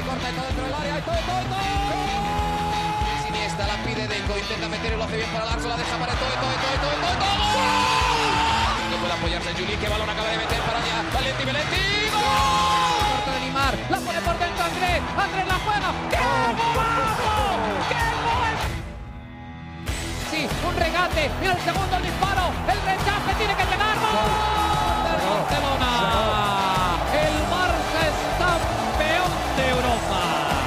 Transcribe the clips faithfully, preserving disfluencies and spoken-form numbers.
corta y todo dentro del área. ¡Y todo, todo, todo! Iniesta la pide Deco, intenta meter y lo hace bien para Larso, la deja para todo, todo, todo, todo, todo, todo. No puede apoyarse Juli, que balón acaba de meter para allá. Valenti, Valenti. ¡Gol! Corta de Neymar, la pone por dentro Andrés. Andrés la juega. ¡Qué golazo! ¡Qué gol! Sí, un regate. Mira el segundo el disparo. El rechace tiene que llegar. ¡Gol! Del Barcelona. El Barça es campeón de Europa.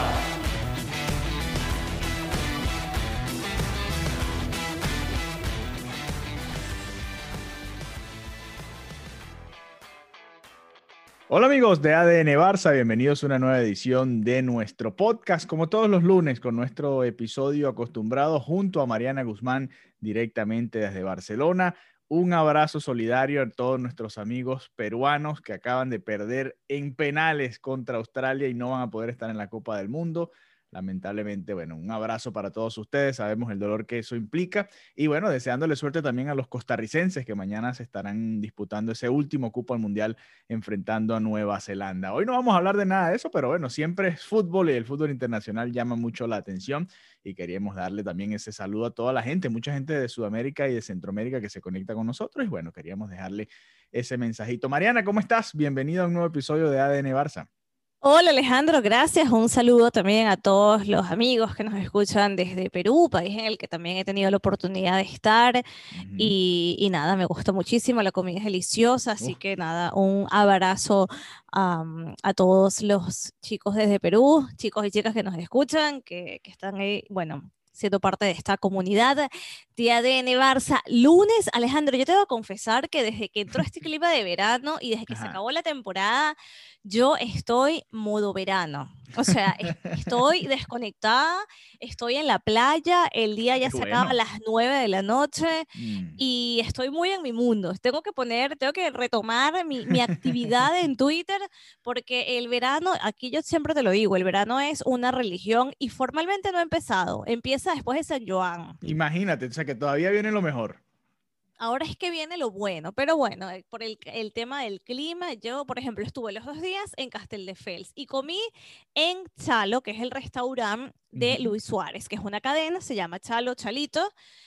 Hola amigos de A D N Barça, bienvenidos a una nueva edición de nuestro podcast, como todos los lunes, con nuestro episodio acostumbrado junto a Mariana Guzmán, directamente desde Barcelona. Un abrazo solidario a todos nuestros amigos peruanos que acaban de perder en penales contra Australia y no van a poder estar en la Copa del Mundo. Lamentablemente, bueno, un abrazo para todos ustedes, sabemos el dolor que eso implica y bueno, deseándole suerte también a los costarricenses que mañana se estarán disputando ese último cupo al Mundial enfrentando a Nueva Zelanda. Hoy no vamos a hablar de nada de eso, pero bueno, siempre es fútbol y el fútbol internacional llama mucho la atención y queríamos darle también ese saludo a toda la gente, mucha gente de Sudamérica y de Centroamérica que se conecta con nosotros y bueno, queríamos dejarle ese mensajito. Mariana, ¿cómo estás? Bienvenido a un nuevo episodio de A D N Barça. Hola Alejandro, gracias. Un saludo también a todos los amigos que nos escuchan desde Perú, país en el que también he tenido la oportunidad de estar. Uh-huh. y, y nada, me gusta muchísimo, la comida es deliciosa, así uh. que nada, un abrazo um, a todos los chicos desde Perú, chicos y chicas que nos escuchan, que, que están ahí, bueno, siendo parte de esta comunidad de A D N Barça. Lunes, Alejandro, yo te voy a confesar que desde que entró este clima de verano y desde que Ajá. se acabó la temporada, yo estoy modo verano. O sea, estoy desconectada, estoy en la playa, el día ya Qué se bueno. acaba a las nueve de la noche mm. y estoy muy en mi mundo. Tengo que poner, tengo que retomar mi, mi actividad en Twitter porque el verano, aquí yo siempre te lo digo, el verano es una religión y formalmente no ha empezado. Empieza después de San Joan. Imagínate, o sea que todavía viene lo mejor. Ahora es que viene lo bueno, pero bueno, por el, el tema del clima, yo, por ejemplo, estuve los dos días en Castelldefels y comí en Chalo, que es el restaurante de uh-huh. Luis Suárez, que es una cadena, se llama Chalo, Chalito,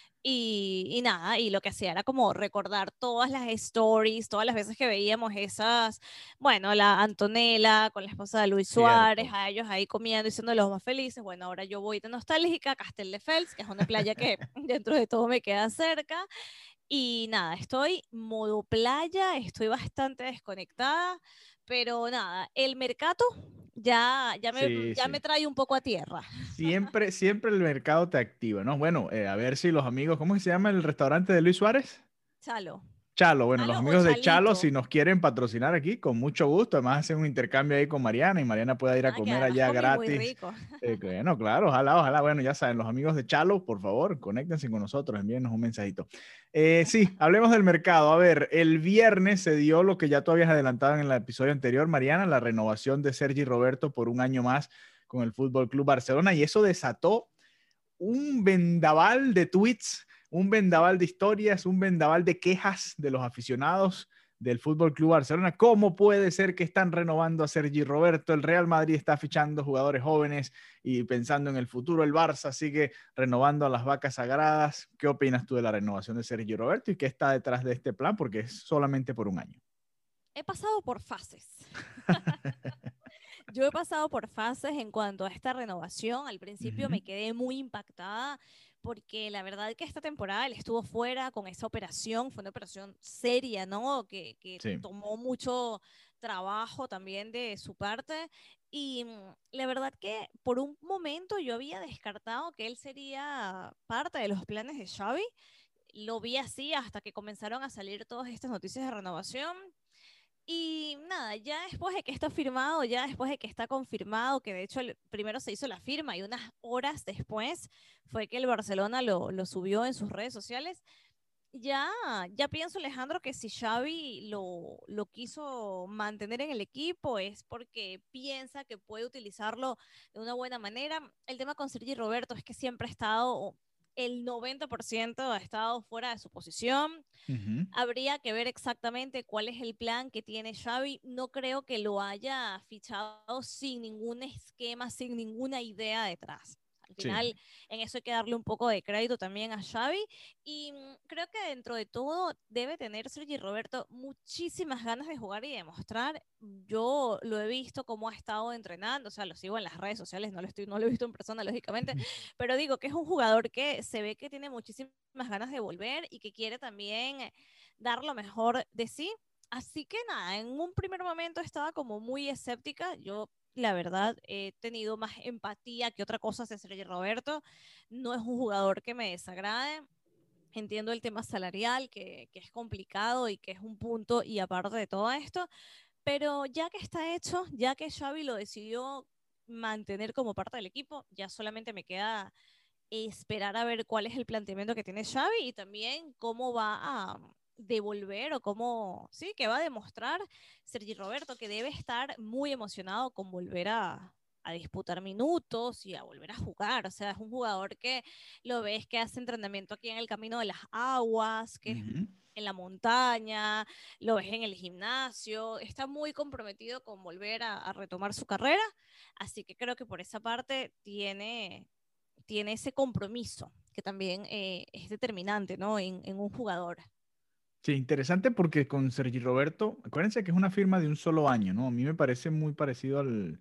y, y nada, y lo que hacía era como recordar todas las stories, todas las veces que veíamos esas, bueno, la Antonella con la esposa de Luis Suárez, Cierto. a ellos ahí comiendo y siendo los más felices. Bueno, ahora yo voy de nostálgica a Castelldefels, que es una playa que dentro de todo me queda cerca. Y nada, estoy modo playa, estoy bastante desconectada, pero nada, el mercado ya, ya, me, sí, ya sí. me trae un poco a tierra. Siempre, siempre el mercado te activa, ¿no? Bueno, eh, a ver si los amigos, ¿cómo se llama el restaurante de Luis Suárez? Chalo. Chalo, bueno, Chalo los amigos de Chalo, si Chalito. nos quieren patrocinar aquí, con mucho gusto. Además, hacen un intercambio ahí con Mariana y Mariana puede ir a ah, comer allá gratis. Muy rico. Eh, bueno, claro, ojalá, ojalá. Bueno, ya saben, los amigos de Chalo, por favor, conéctense con nosotros, envíenos un mensajito. Eh, sí, hablemos del mercado. A ver, el viernes se dio lo que ya tú habías adelantado en el episodio anterior, Mariana, la renovación de Sergi Roberto por un año más con el Fútbol Club Barcelona y eso desató un vendaval de tweets, un vendaval de historias, un vendaval de quejas de los aficionados del Fútbol Club Barcelona. ¿Cómo puede ser que están renovando a Sergi Roberto? El Real Madrid está fichando jugadores jóvenes y pensando en el futuro. El Barça sigue renovando a las vacas sagradas. ¿Qué opinas tú de la renovación de Sergi Roberto y qué está detrás de este plan? Porque es solamente por un año. He pasado por fases. Yo he pasado por fases en cuanto a esta renovación. Al principio uh-huh. me quedé muy impactada porque la verdad que esta temporada él estuvo fuera con esa operación, fue una operación seria, ¿no? Que, que sí. tomó mucho trabajo también de su parte y la verdad que por un momento yo había descartado que él sería parte de los planes de Xavi. Lo vi así hasta que comenzaron a salir todas estas noticias de renovación. Y nada, ya después de que está firmado, ya después de que está confirmado, que de hecho el, primero se hizo la firma y unas horas después fue que el Barcelona lo, lo subió en sus redes sociales, ya, ya pienso, Alejandro, que si Xavi lo, lo quiso mantener en el equipo es porque piensa que puede utilizarlo de una buena manera. El tema con Sergi Roberto es que siempre ha estado el noventa por ciento ha estado fuera de su posición. Uh-huh. Habría que ver exactamente cuál es el plan que tiene Xavi. No creo que lo haya fichado sin ningún esquema, sin ninguna idea detrás. Al final, Sí. en eso hay que darle un poco de crédito también a Xavi. Y mmm, creo que dentro de todo debe tener Sergi Roberto muchísimas ganas de jugar y demostrar. Yo lo he visto cómo ha estado entrenando, o sea, lo sigo en las redes sociales, no lo, estoy, no lo he visto en persona, lógicamente, pero digo que es un jugador que se ve que tiene muchísimas ganas de volver y que quiere también dar lo mejor de sí. Así que nada, en un primer momento estaba como muy escéptica. Yo la verdad, he tenido más empatía que otra cosa hacia Sergi Roberto. No es un jugador que me desagrade. Entiendo el tema salarial, que, que es complicado y que es un punto y aparte de todo esto, pero ya que está hecho, ya que Xavi lo decidió mantener como parte del equipo, ya solamente me queda esperar a ver cuál es el planteamiento que tiene Xavi y también cómo va a devolver o cómo, sí, que va a demostrar Sergi Roberto, que debe estar muy emocionado con volver a, a disputar minutos y a volver a jugar. O sea, es un jugador que lo ves que hace entrenamiento aquí en el Camino de las Aguas, que uh-huh. es en la montaña, lo ves en el gimnasio, está muy comprometido con volver a, a retomar su carrera, así que creo que por esa parte tiene tiene ese compromiso que también eh, es determinante, ¿no? En, en un jugador. Sí, interesante porque con Sergi Roberto, acuérdense que es una firma de un solo año, ¿no? A mí me parece muy parecido al,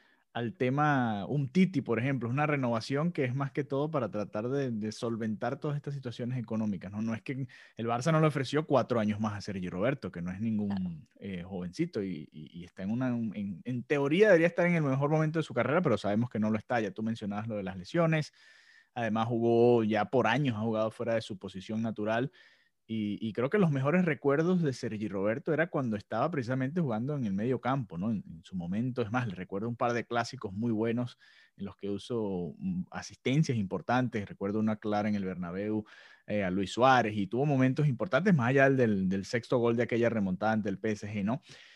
al tema Umtiti, por ejemplo, es una renovación que es más que todo para tratar de, de solventar todas estas situaciones económicas, ¿no? No es que el Barça no le ofreció cuatro años más a Sergi Roberto, que no es ningún claro. eh, jovencito y, y, y está en una, en, en teoría debería estar en el mejor momento de su carrera, pero sabemos que no lo está. Ya tú mencionabas lo de las lesiones, además jugó ya por años, ha jugado fuera de su posición natural. Y, y creo que los mejores recuerdos de Sergi Roberto era cuando estaba precisamente jugando en el medio campo, ¿no? En, en su momento, es más, le recuerdo un par de clásicos muy buenos en los que usó um, asistencias importantes. Recuerdo una clara en el Bernabéu eh, a Luis Suárez y tuvo momentos importantes más allá del, del sexto gol de aquella remontada ante el P S G, ¿no?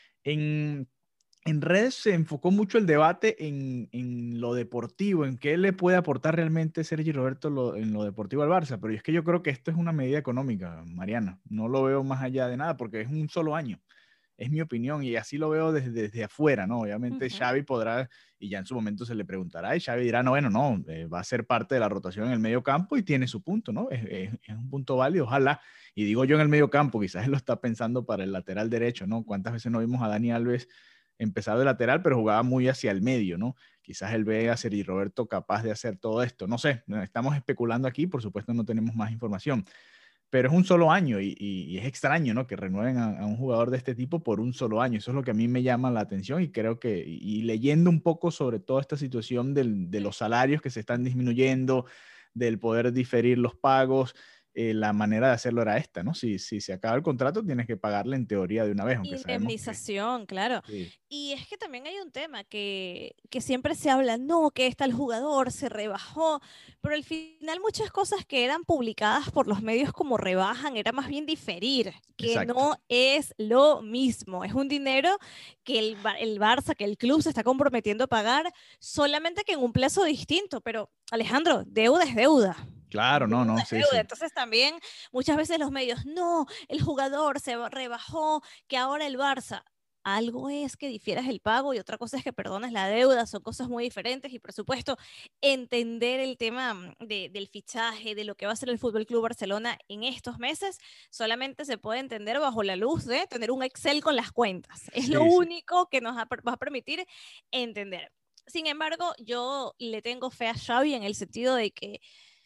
En, en redes se enfocó mucho el debate en, en lo deportivo, en qué le puede aportar realmente Sergi Roberto lo, en lo deportivo al Barça, pero es que yo creo que esto es una medida económica, Mariana, no lo veo más allá de nada porque es un solo año, es mi opinión y así lo veo desde, desde afuera, ¿no? Obviamente uh-huh. Xavi podrá, y ya en su momento se le preguntará y Xavi dirá, no, bueno, no, eh, va a ser parte de la rotación en el medio campo y tiene su punto, ¿no? Es, es, es un punto válido, ojalá, y digo yo en el medio campo, quizás él lo está pensando para el lateral derecho, ¿no? ¿Cuántas veces no vimos a Dani Alves empezar de lateral, pero jugaba muy hacia el medio, ¿no? Quizás él ve a Sergi Roberto capaz de hacer todo esto. No sé, estamos especulando aquí, por supuesto no tenemos más información, pero es un solo año y, y, y es extraño, ¿no? Que renueven a, a un jugador de este tipo por un solo año. Eso es lo que a mí me llama la atención y creo que, y, y leyendo un poco sobre toda esta situación del, de los salarios que se están disminuyendo, del poder diferir los pagos, Eh, la manera de hacerlo era esta, ¿no? Si, si se acaba el contrato, tienes que pagarle en teoría de una vez, aunque indemnización, que... claro. Sí. Y es que también hay un tema que, que siempre se habla, no, que está el jugador, se rebajó, pero al final muchas cosas que eran publicadas por los medios como rebajan, era más bien diferir, que Exacto. no es lo mismo, es un dinero que el, el Barça, que el club se está comprometiendo a pagar, solamente que en un plazo distinto, pero Alejandro, deuda es deuda. Claro, no, no, sí, sí. Entonces también muchas veces los medios, no, el jugador se rebajó, que ahora el Barça. Algo es que difieras el pago y otra cosa es que perdones la deuda, son cosas muy diferentes y por supuesto entender el tema de, del fichaje, de lo que va a ser el Fútbol Club Barcelona en estos meses, solamente se puede entender bajo la luz de tener un Excel con las cuentas. Es sí, lo sí. único que nos va a permitir entender. Sin embargo, yo le tengo fe a Xavi en el sentido de que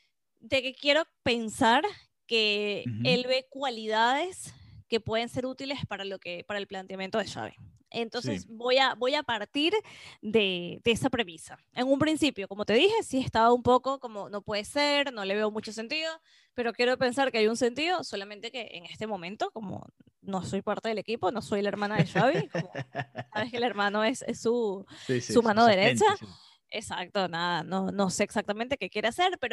de que quiero pensar que uh-huh. él ve cualidades que pueden ser útiles para, lo que, para el planteamiento de Xavi. Entonces sí. voy, a, voy a partir de, de esa premisa. En un principio, como te dije, sí estaba un poco como no puede ser, no le veo mucho sentido, pero quiero pensar que hay un sentido, solamente que en este momento, como no soy parte del equipo, no soy la hermana de Xavi, como sabes que el hermano es, es su, sí, sí, su mano derecha. Sí. Exacto, nada, no, no sé exactamente qué quiere hacer, pero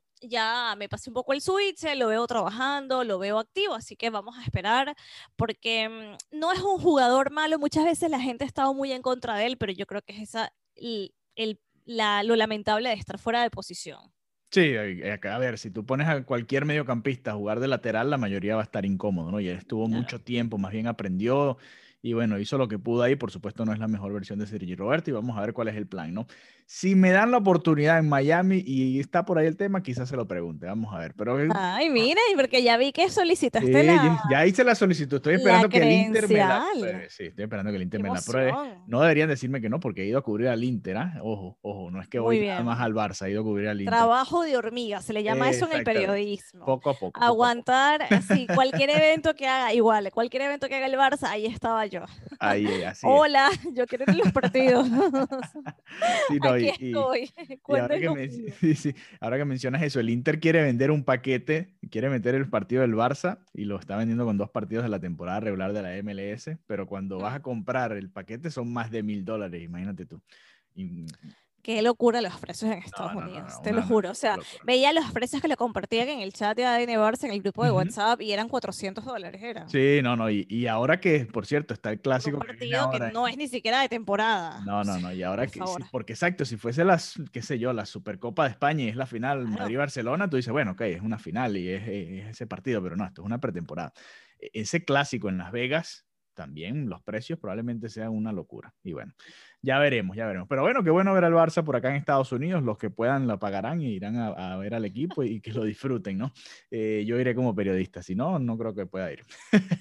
ya me pasé un poco el switch, lo veo trabajando, lo veo activo, así que vamos a esperar, porque mmm, no es un jugador malo, muchas veces la gente ha estado muy en contra de él, pero yo creo que es esa, el, el, la, lo lamentable de estar fuera de posición. Sí, a ver, si tú pones a cualquier mediocampista a jugar de lateral, la mayoría va a estar incómodo, ¿no? Y él estuvo Claro. mucho tiempo, más bien aprendió y bueno, hizo lo que pudo ahí. Por supuesto, no es la mejor versión de Sergi Roberto y vamos a ver cuál es el plan, ¿no? Si me dan la oportunidad en Miami y está por ahí el tema, quizás se lo pregunte, vamos a ver. Pero Ay, mira, y porque ya vi que solicitaste sí, la, ya ya hice la solicitud. Estoy la esperando que el Inter me la credencial. apruebe. Sí, estoy esperando que el ¡Qué Inter me la apruebe. emoción! No deberían decirme que no, porque he ido a cubrir al Inter, ¿ah? Ojo, ojo, no es que voy Muy nada más bien. al Barça, he ido a cubrir al Inter. Trabajo de hormiga, se le llama eso en el Exactamente. periodismo. Poco a poco, poco a poco. Aguantar, así, cualquier evento que haga, igual, cualquier evento que haga el Barça, ahí estaba yo. Ahí, así es. Hola, yo quiero ir a los partidos. Sí, no, Aquí y, y, estoy, y ahora, cuenten que me, conmigo. sí, sí, ahora que mencionas eso, el Inter quiere vender un paquete, quiere meter el partido del Barça y lo está vendiendo con dos partidos de la temporada regular de la M L S, pero cuando vas a comprar el paquete son más de mil dólares, imagínate tú. Y, Qué locura los precios en Estados no, no, no, Unidos, no, te una, lo una juro. O sea, locura. veía los precios que le compartían en el chat de A D N Barça, en el grupo de Ujú. WhatsApp, y eran cuatrocientos dólares, era. Sí, no, no, y, y ahora que, por cierto, está el Por un clásico que viene partido que ahora. no es ni siquiera de temporada. No, O no, sea, no. Y ahora por que sí, favor. porque exacto, si fuese las, qué sé yo, la Supercopa de España y es la final Claro. Madrid-Barcelona, tú dices, bueno, ok, es una final y es, es ese partido, pero no, esto es una pretemporada. E- Ese clásico en Las Vegas, también los precios probablemente sean una locura. Y bueno, ya veremos, ya veremos. Pero bueno, qué bueno ver al Barça por acá en Estados Unidos. Los que puedan lo pagarán y irán a, a ver al equipo y que lo disfruten, ¿no? Eh, yo iré como periodista, si no, no creo que pueda ir.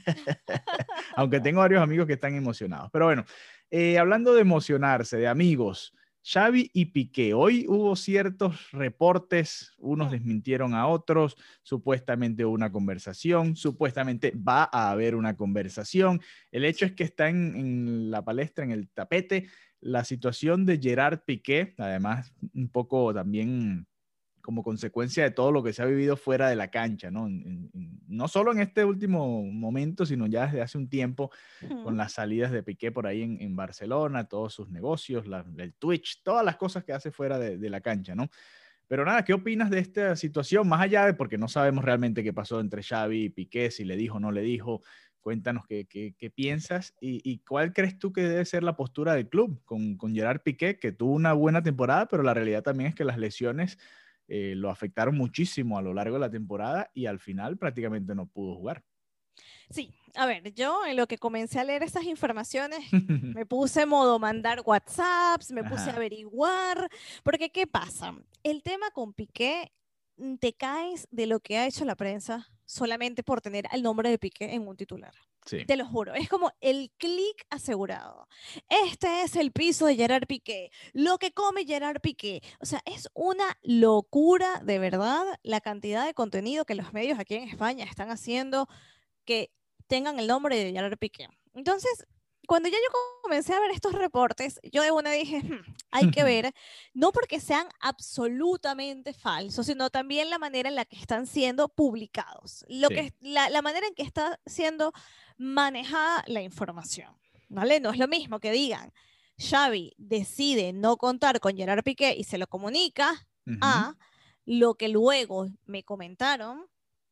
Aunque tengo varios amigos que están emocionados. Pero bueno, eh, hablando de emocionarse, de amigos, Xavi y Piqué. Hoy hubo ciertos reportes, unos desmintieron a otros, supuestamente hubo una conversación, supuestamente va a haber una conversación. El hecho es que está en, en la palestra, en el tapete, la situación de Gerard Piqué, además un poco también como consecuencia de todo lo que se ha vivido fuera de la cancha, ¿no? En, en, no solo en este último momento, sino ya desde hace un tiempo, con las salidas de Piqué por ahí en, en Barcelona, todos sus negocios, la, el Twitch, todas las cosas que hace fuera de, de la cancha, ¿no? Pero nada, ¿qué opinas de esta situación? Más allá de, porque no sabemos realmente qué pasó entre Xavi y Piqué, si le dijo o no le dijo, cuéntanos qué, qué, qué piensas y, y cuál crees tú que debe ser la postura del club con, con Gerard Piqué, que tuvo una buena temporada, pero la realidad también es que las lesiones eh, lo afectaron muchísimo a lo largo de la temporada y al final prácticamente no pudo jugar. Sí, a ver, yo en lo que comencé a leer esas informaciones, me puse modo mandar WhatsApps, me puse a Ajá. averiguar, porque ¿qué pasa? El tema con Piqué, mm, te caes de lo que ha hecho la prensa solamente por tener el nombre de Piqué en un titular. Sí, Te lo juro, es como el clic asegurado. Este es el piso de Gerard Piqué, lo que come Gerard Piqué. O sea, es una locura de verdad la cantidad de contenido que los medios aquí en España están haciendo que tengan el nombre de Gerard Piqué. Entonces, cuando ya yo comencé a ver estos reportes, yo de una dije, "Hmm, hay que ver, no porque sean absolutamente falsos, sino también la manera en la que están siendo publicados, lo sí. que, la, la manera en que está siendo manejada la información. ¿Vale? No es lo mismo que digan, Xavi decide no contar con Gerard Piqué y se lo comunica Uh -huh. a lo que luego me comentaron,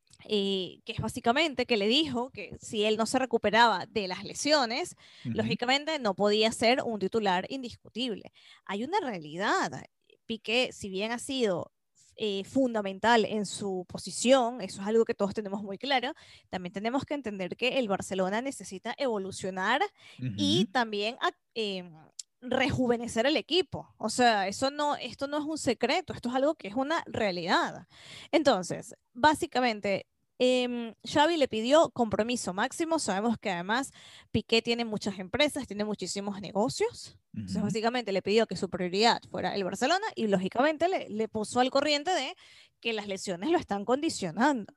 eh, que es básicamente que le dijo que si él no se recuperaba de las lesiones, Uh -huh. lógicamente no podía ser un titular indiscutible. Hay una realidad. Piqué, si bien ha sido eh, fundamental en su posición, eso es algo que todos tenemos muy claro, también tenemos que entender que el Barcelona necesita evolucionar Uh -huh. y también eh, rejuvenecer el equipo. O sea, eso no, esto no es un secreto, esto es algo que es una realidad. Entonces, básicamente, eh, Xavi le pidió compromiso máximo. Sabemos que además Piqué tiene muchas empresas, tiene muchísimos negocios. Uh -huh. Entonces, básicamente le pidió que su prioridad fuera el Barcelona y lógicamente le, le puso al corriente de que las lesiones lo están condicionando.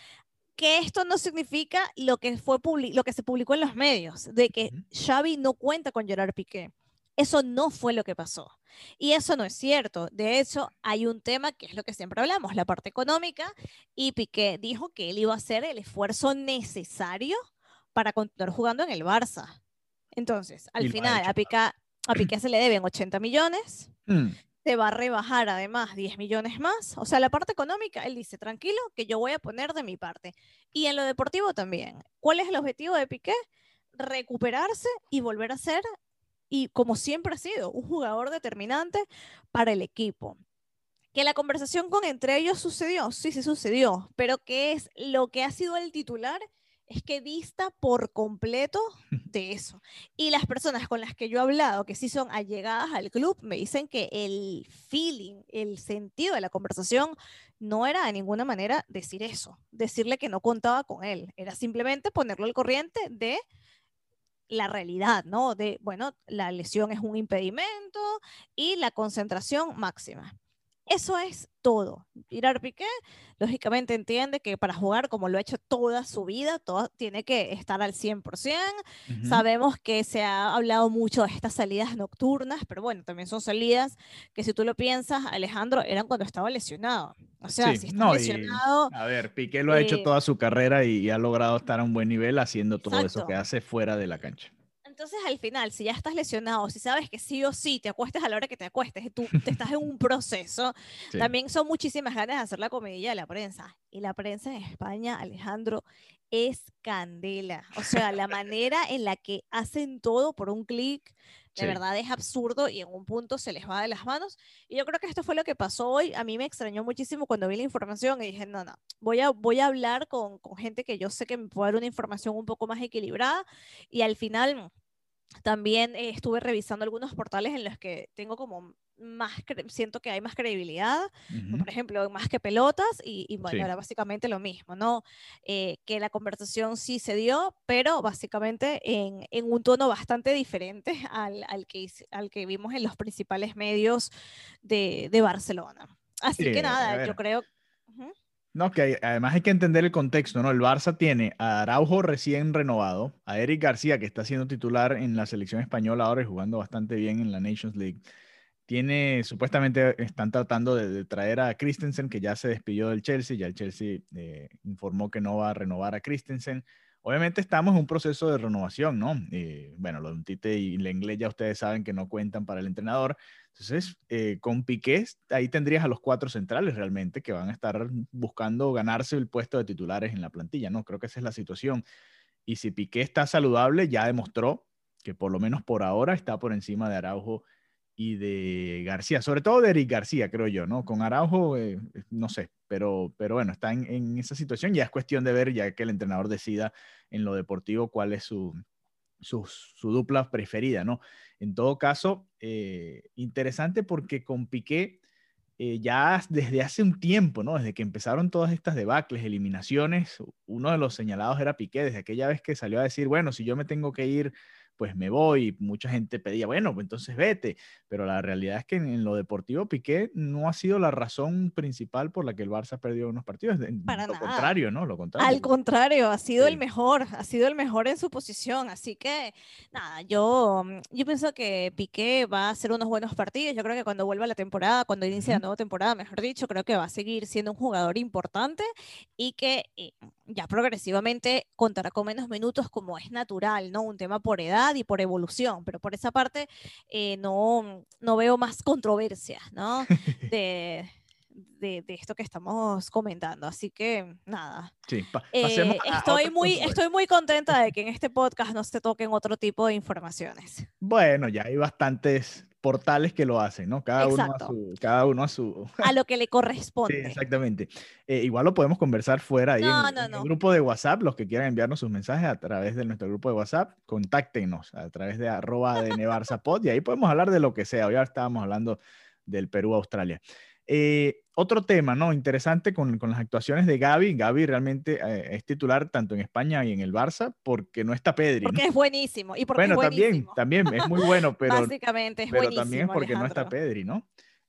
Que esto no significa lo que, fue lo que se publicó en los medios, de que uh -huh. Xavi no cuenta con Gerard Piqué. Eso no fue lo que pasó. Y eso no es cierto. De hecho, hay un tema que es lo que siempre hablamos, la parte económica, y Piqué dijo que él iba a hacer el esfuerzo necesario para continuar jugando en el Barça. Entonces, al final, a Piqué, a Piqué se le deben ochenta millones, mm. se va a rebajar además diez millones más. O sea, la parte económica, él dice, tranquilo, que yo voy a poner de mi parte. Y en lo deportivo también. ¿Cuál es el objetivo de Piqué? Recuperarse y volver a ser, y como siempre ha sido, un jugador determinante para el equipo. Que la conversación con entre ellos sucedió, sí, sí sucedió, pero que es lo que ha sido el titular es que dista por completo de eso. Y las personas con las que yo he hablado, que sí son allegadas al club, me dicen que el feeling, el sentido de la conversación no era de ninguna manera decir eso, decirle que no contaba con él, era simplemente ponerlo al corriente de la realidad, ¿no? De, bueno, la lesión es un impedimento y la concentración máxima. Eso es todo. Gerard Piqué, lógicamente, entiende que para jugar, como lo ha hecho toda su vida, todo, tiene que estar al cien por ciento. Uh-huh. Sabemos que se ha hablado mucho de estas salidas nocturnas, pero bueno, también son salidas que, si tú lo piensas, Alejandro, eran cuando estaba lesionado. O sea, sí, si está no, lesionado... Y, a ver, Piqué lo eh, ha hecho toda su carrera y, y ha logrado estar a un buen nivel haciendo exacto. todo eso que hace fuera de la cancha. Entonces, al final, si ya estás lesionado, si sabes que sí o sí te acuestes a la hora que te acuestes, tú te estás en un proceso, sí. También son muchísimas ganas de hacer la comidilla de la prensa. Y la prensa en España, Alejandro, es candela. O sea, la manera en la que hacen todo por un clic, de sí. verdad es absurdo y en un punto se les va de las manos. Y yo creo que esto fue lo que pasó hoy. A mí me extrañó muchísimo cuando vi la información y dije, no, no, voy a, voy a hablar con, con gente que yo sé que me puede dar una información un poco más equilibrada. Y al final... También eh, estuve revisando algunos portales en los que tengo como más, siento que hay más credibilidad, uh-huh. por ejemplo, Más que Pelotas, y, y bueno, sí. era básicamente lo mismo, ¿no? Eh, que la conversación sí se dio, pero básicamente en, en un tono bastante diferente al, al, que, al que vimos en los principales medios de, de Barcelona. Así sí, que nada, yo creo... Uh-huh. No, que hay, además hay que entender el contexto, ¿no? El Barça tiene a Araujo recién renovado, a Eric García, que está siendo titular en la selección española ahora y jugando bastante bien en la Nations League. Tiene, supuestamente están tratando de, de traer a Christensen, que ya se despidió del Chelsea, ya el Chelsea eh, informó que no va a renovar a Christensen. Obviamente estamos en un proceso de renovación, ¿no? Eh, bueno, los Tite y Lenglet ya ustedes saben que no cuentan para el entrenador. Entonces, eh, con Piqué, ahí tendrías a los cuatro centrales realmente que van a estar buscando ganarse el puesto de titulares en la plantilla, ¿no? Creo que esa es la situación. Y si Piqué está saludable, ya demostró que por lo menos por ahora está por encima de Araujo y de García, sobre todo de Eric García, creo yo, ¿no? Con Araujo, eh, no sé, pero, pero bueno, está en, en esa situación. Ya es cuestión de ver, ya que el entrenador decida en lo deportivo cuál es su, su, su dupla preferida, ¿no? En todo caso, eh, interesante porque con Piqué eh, ya desde hace un tiempo, ¿no? Desde que empezaron todas estas debacles, eliminaciones, uno de los señalados era Piqué, desde aquella vez que salió a decir, bueno, si yo me tengo que ir, pues me voy. Mucha gente pedía, bueno, pues entonces vete. Pero la realidad es que en, en lo deportivo Piqué no ha sido la razón principal por la que el Barça perdió unos partidos. Para lo nada. contrario, ¿no? Lo contrario. Al contrario, ha sido sí. el mejor, ha sido el mejor en su posición. Así que, nada, yo, yo pienso que Piqué va a hacer unos buenos partidos. Yo creo que cuando vuelva la temporada, cuando inicie uh-huh. la nueva temporada, mejor dicho, creo que va a seguir siendo un jugador importante y que eh, ya progresivamente contará con menos minutos, como es natural, ¿no? Un tema por edad y por evolución, pero por esa parte eh, no, no veo más controversias, ¿no? De, de, de esto que estamos comentando, así que nada. Sí, pa eh, estoy, muy, estoy muy contenta de que en este podcast no se toquen otro tipo de informaciones. Bueno, ya hay bastantes portales que lo hacen, ¿no? Cada Exacto. uno a su... Cada uno a, su... a lo que le corresponde. Sí, exactamente. Eh, igual lo podemos conversar fuera, ahí no, en, no, en no. el grupo de WhatsApp. Los que quieran enviarnos sus mensajes a través de nuestro grupo de WhatsApp, contáctenos a través de arroba de NevarzaPod y ahí podemos hablar de lo que sea. Hoy ya estábamos hablando del Perú-Australia. Eh, otro tema, ¿no? Interesante con, con las actuaciones de Gavi. Gavi realmente eh, es titular tanto en España y en el Barça porque no está Pedri, porque ¿no? es buenísimo. Y porque bueno, es buenísimo. también, también es muy bueno, pero, básicamente es pero buenísimo, también es porque Alejandro. no está Pedri, ¿no?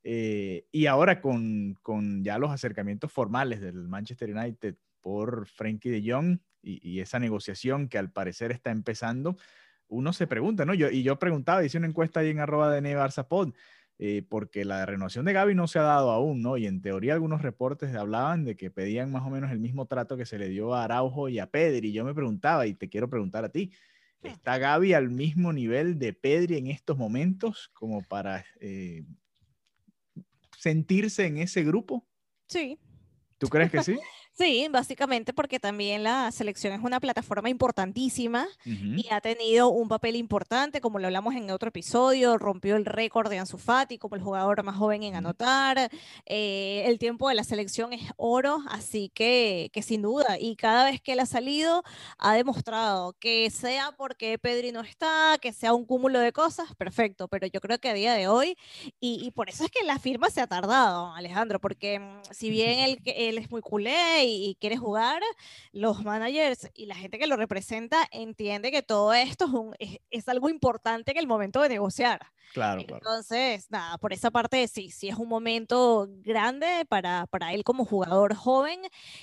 Eh, y ahora con, con ya los acercamientos formales del Manchester United por Frenkie de Jong y, y esa negociación que al parecer está empezando, uno se pregunta, ¿no? Yo, y yo preguntaba, hice una encuesta ahí en arroba de NevarzaPod, Eh, porque la renovación de Gavi no se ha dado aún, ¿no? Y en teoría algunos reportes hablaban de que pedían más o menos el mismo trato que se le dio a Araujo y a Pedri. Y yo me preguntaba, y te quiero preguntar a ti, ¿está Gavi al mismo nivel de Pedri en estos momentos como para eh, sentirse en ese grupo? Sí. ¿Tú crees que sí? Sí, básicamente porque también la selección es una plataforma importantísima Ujú. y ha tenido un papel importante, como lo hablamos en otro episodio, rompió el récord de Ansu Fati como el jugador más joven en Ujú. anotar. Eh, el tiempo de la selección es oro, así que, que sin duda, y cada vez que él ha salido ha demostrado que sea porque Pedri no está, que sea un cúmulo de cosas, perfecto, pero yo creo que a día de hoy, y, y por eso es que la firma se ha tardado, Alejandro, porque mm, si bien él, que- él es muy culé y, y quiere jugar, los managers y la gente que lo representa entiende que todo esto es, un- es- es algo importante en el momento de negociar. Claro, claro. Entonces, nada, por esa parte sí, sí es un momento grande para, para él como jugador joven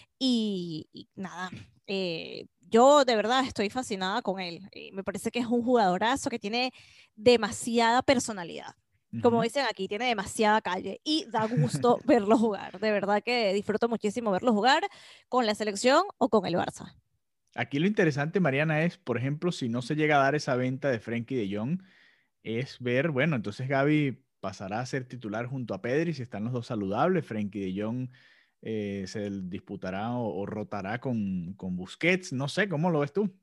y, y nada, eh, yo de verdad estoy fascinada con él. Y me parece que es un jugadorazo que tiene demasiada personalidad. Como Ujú. dicen aquí, tiene demasiada calle y da gusto verlo jugar. De verdad que disfruto muchísimo verlo jugar con la selección o con el Barça. Aquí lo interesante, Mariana, es, por ejemplo, si no se llega a dar esa venta de Frenkie de Jong, es ver, bueno, entonces Gavi pasará a ser titular junto a Pedri si están los dos saludables. Frenkie de Jong eh, se disputará o, o rotará con, con Busquets. No sé, ¿cómo lo ves tú?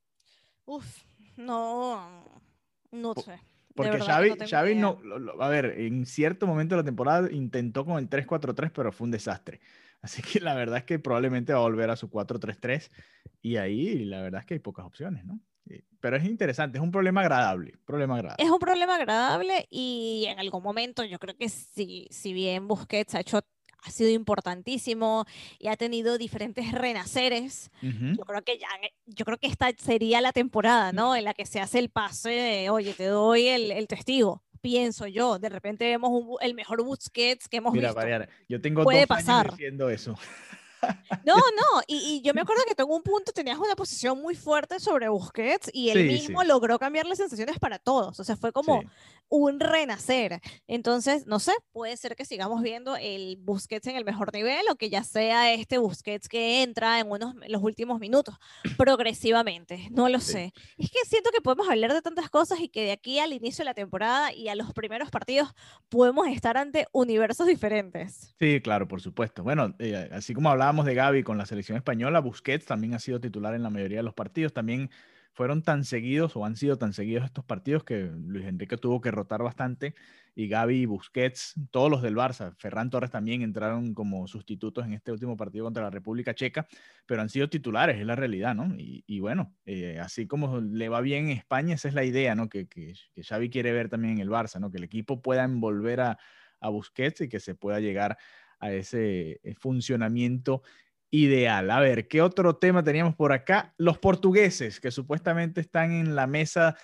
Uf, no, no Po- sé. De Porque verdad que no Xavi, tengo ni Xavi idea. no, lo- lo- a ver, en cierto momento de la temporada intentó con el tres cuatro tres, pero fue un desastre. Así que la verdad es que probablemente va a volver a su cuatro tres tres y ahí la verdad es que hay pocas opciones, ¿no? Eh, Pero es interesante, es un problema agradable, problema Es agradable. un problema agradable y en algún momento yo creo que si, si bien Busquets ha hecho, ha sido importantísimo y ha tenido diferentes renaceres, Ujú. yo creo que ya, yo creo que esta sería la temporada, ¿no? En la que se hace el pase de, oye, te doy el, el testigo, pienso yo. De repente vemos un Bu- el mejor Busquets que hemos Mira, visto. Mariana, yo tengo Puede dos años pasar. diciendo eso. No, no, y, y yo me acuerdo que tú en un punto tenías una posición muy fuerte sobre Busquets y él Sí, mismo sí, logró cambiar las sensaciones para todos, o sea, fue como sí. un renacer. Entonces, no sé, puede ser que sigamos viendo el Busquets en el mejor nivel o que ya sea este Busquets que entra en unos, los últimos minutos, progresivamente, no lo Sí. sé. Es que siento que podemos hablar de tantas cosas y que de aquí al inicio de la temporada y a los primeros partidos podemos estar ante universos diferentes. Sí, claro, por supuesto. Bueno, eh, así como hablábamos de Gavi con la selección española, Busquets también ha sido titular en la mayoría de los partidos. También fueron tan seguidos o han sido tan seguidos estos partidos que Luis Enrique tuvo que rotar bastante y Gavi y Busquets, todos los del Barça, Ferran Torres también entraron como sustitutos en este último partido contra la República Checa, pero han sido titulares, es la realidad, ¿no? Y, y bueno, eh, así como le va bien en España, esa es la idea, ¿no? Que, que, que Xavi quiere ver también en el Barça, ¿no? Que el equipo pueda envolver a a Busquets y que se pueda llegar a ese eh, funcionamiento ideal. A ver, ¿qué otro tema teníamos por acá? Los portugueses, que supuestamente están en la mesa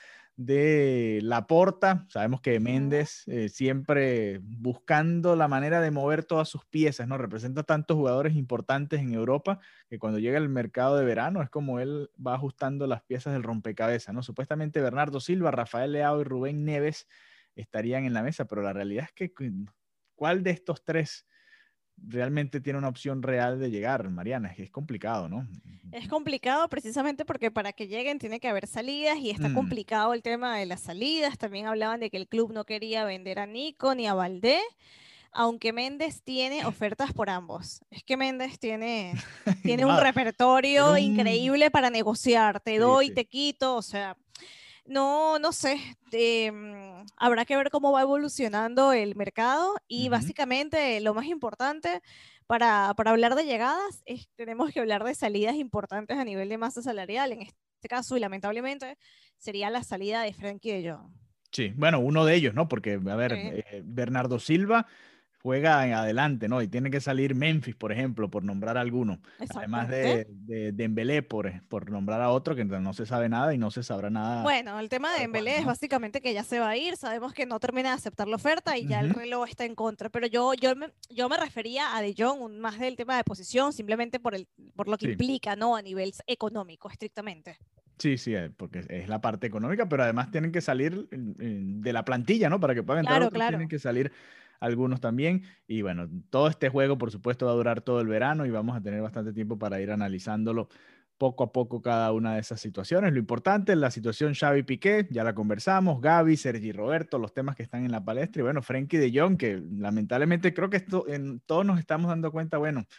de Laporta. Sabemos que Ujú. Méndez eh, siempre buscando la manera de mover todas sus piezas, ¿no? Representa tantos jugadores importantes en Europa que cuando llega el mercado de verano es como él va ajustando las piezas del rompecabezas, ¿no? Supuestamente Bernardo Silva, Rafael Leao y Rubén Neves estarían en la mesa, pero la realidad es que ¿cuál de estos tres realmente tiene una opción real de llegar, Mariana? Es que es complicado, ¿no? Es complicado precisamente porque para que lleguen tiene que haber salidas y está Mm. complicado el tema de las salidas. También hablaban de que el club no quería vender a Nico ni a Valdé, aunque Méndez tiene ofertas por ambos. Es que Méndez tiene, tiene un Wow, tiene repertorio un... increíble para negociar. Te Sí, doy, sí. te quito, o sea, no, no sé. eh, mm, habrá que ver cómo va evolucionando el mercado y Ujú. básicamente lo más importante para, para hablar de llegadas es tenemos que hablar de salidas importantes a nivel de masa salarial. En este caso, y lamentablemente, sería la salida de Frankie de Jong. Sí, bueno, uno de ellos, ¿no? Porque, a ver, Sí, eh, Bernardo Silva juega en adelante, ¿no? Y tiene que salir Memphis, por ejemplo, por nombrar a alguno. Además exactamente. de, de Dembélé, por, por nombrar a otro que no se sabe nada y no se sabrá nada Bueno, el tema de sabe Dembélé cuándo, es ¿no? básicamente que ya se va a ir, sabemos que no termina de aceptar la oferta y ya el Ujú. reloj está en contra, pero yo, yo, me, yo me refería a De Jong un- más del tema de posición, simplemente por, el, por lo que Sí. implica, ¿no? A nivel económico, estrictamente. Sí, sí, eh, porque es la parte económica, pero además tienen que salir eh, eh, de la plantilla, ¿no? Para que puedan entrar Claro, otros, tienen claro. que salir algunos también. Y bueno, todo este juego, por supuesto, va a durar todo el verano y vamos a tener bastante tiempo para ir analizándolo poco a poco cada una de esas situaciones. Lo importante es la situación Xavi Piqué, ya la conversamos, Gavi, Sergi Roberto, los temas que están en la palestra y bueno, Frenkie de Jong, que lamentablemente creo que esto, en, todos nos estamos dando cuenta, bueno.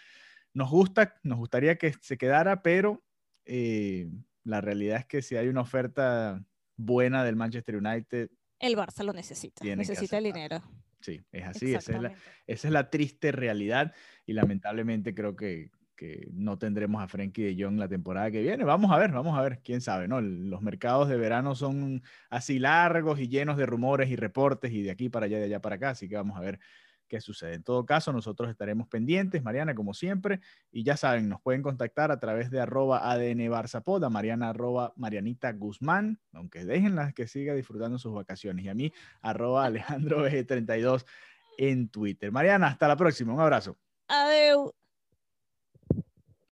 nos gusta, nos gustaría que se quedara, pero eh, la realidad es que si hay una oferta buena del Manchester United, el Barça lo necesita, necesita el dinero. Sí, es así, esa es, la, esa es la triste realidad y lamentablemente creo que, que no tendremos a Frenkie de Jong la temporada que viene. Vamos a ver, vamos a ver, quién sabe, ¿no? Los mercados de verano son así largos y llenos de rumores y reportes y de aquí para allá, de allá para acá, así que vamos a ver qué sucede. En todo caso, nosotros estaremos pendientes, Mariana, como siempre, y ya saben, nos pueden contactar a través de arroba A D N Barça Pod, a Mariana arroba Marianita Guzmán, aunque déjenla que siga disfrutando sus vacaciones, y a mí arroba Alejandro B G treinta y dos en Twitter. Mariana, hasta la próxima, un abrazo. Adeu.